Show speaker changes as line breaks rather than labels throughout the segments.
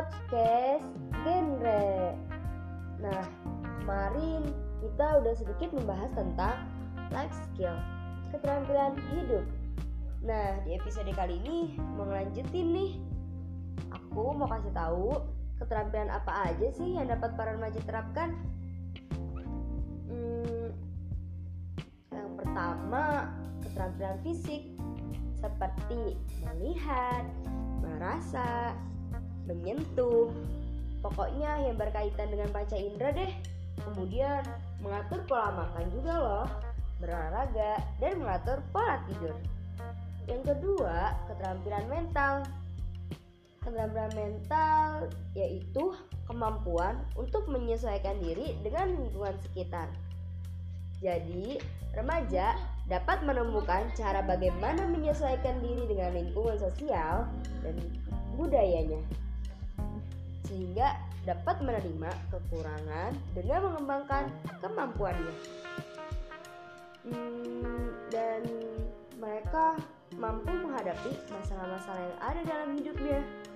podcast genre. Nah, kemarin kita udah sedikit membahas tentang life skill, keterampilan hidup. Nah, di episode kali ini mau ngelanjutin nih. Aku mau kasih tahu keterampilan apa aja sih yang dapat para remaja terapkan. Yang pertama, keterampilan fisik seperti melihat, merasa, menyentuh, pokoknya yang berkaitan dengan panca indera deh. Kemudian mengatur pola makan juga loh, berolahraga, dan mengatur pola tidur. Yang kedua, keterampilan mental. Keterampilan mental yaitu kemampuan untuk menyesuaikan diri dengan lingkungan sekitar. Jadi, remaja dapat menemukan cara bagaimana menyesuaikan diri dengan lingkungan sosial dan budayanya, sehingga dapat menerima kekurangan dengan mengembangkan kemampuannya. Dan mereka mampu menghadapi masalah-masalah yang ada dalam hidupnya.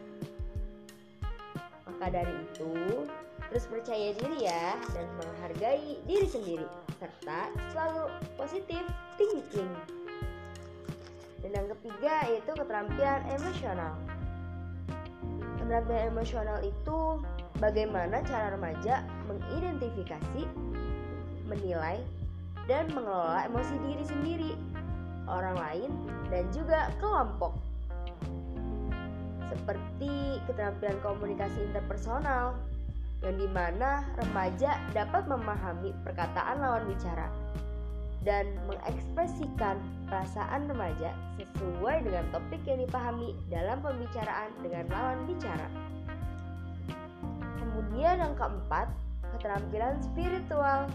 Maka dari itu, terus percaya diri ya, dan menghargai diri sendiri, serta selalu positive thinking. Dan yang ketiga yaitu keterampilan emosional. Keterampilan emosional itu bagaimana cara remaja mengidentifikasi, menilai, dan mengelola emosi diri sendiri, orang lain, dan juga kelompok. Seperti keterampilan komunikasi interpersonal, yang dimana remaja dapat memahami perkataan lawan bicara dan mengekspresikan perasaan remaja sesuai dengan topik yang dipahami dalam pembicaraan dengan lawan bicara. Kemudian yang keempat, keterampilan spiritual.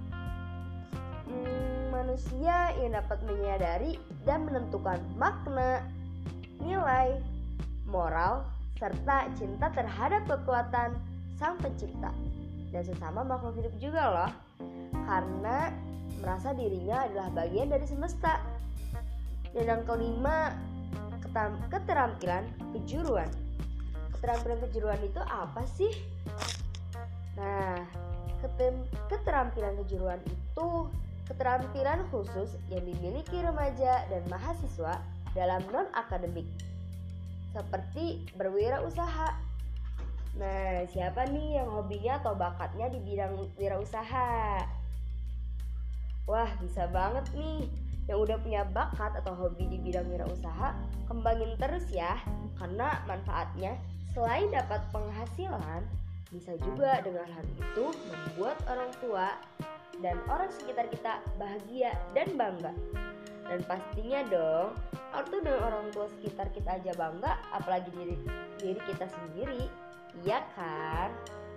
Manusia yang dapat menyadari dan menentukan makna, nilai, moral, serta cinta terhadap kekuatan Sang Pencipta dan sesama makhluk hidup juga loh, karena merasa dirinya adalah bagian dari semesta. Dan yang kelima, keterampilan kejuruan. Keterampilan kejuruan itu apa sih? Nah, keterampilan kejuruan itu keterampilan khusus yang dimiliki remaja dan mahasiswa dalam non-akademik, seperti berwirausaha. Nah, siapa nih yang hobinya atau bakatnya di bidang wirausaha? Wah, bisa banget nih. Yang udah punya bakat atau hobi di bidang wirausaha, kembangin terus ya. Karena manfaatnya selain dapat penghasilan, bisa juga dengan hal itu membuat orang tua dan orang sekitar kita bahagia dan bangga. Dan pastinya dong, waktu dengan orang tua sekitar kita aja bangga, apalagi diri kita sendiri, iya kan?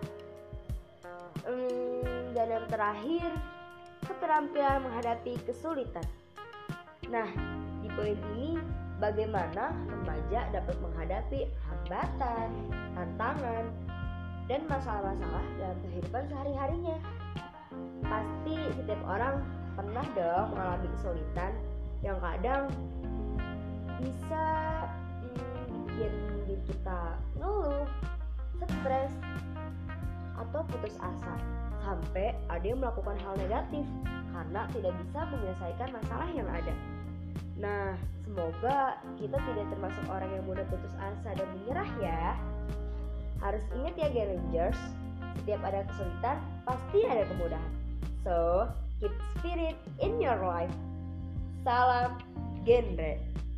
Dan yang terakhir, keterampilan menghadapi kesulitan. Nah, di poin ini bagaimana remaja dapat menghadapi hambatan, tantangan, dan masalah-masalah dalam kehidupan sehari-harinya. Pasti setiap orang pernah dong mengalami kesulitan yang kadang bisa bikin diri kita ngeluh, stres, atau putus asa, sampai ada yang melakukan hal negatif karena tidak bisa menyelesaikan masalah yang ada. Nah, semoga kita tidak termasuk orang yang mudah putus asa dan menyerah ya. Harus ingat ya Rangers, setiap ada kesulitan pasti ada kemudahan. So, keep spirit in your life. Salam genre.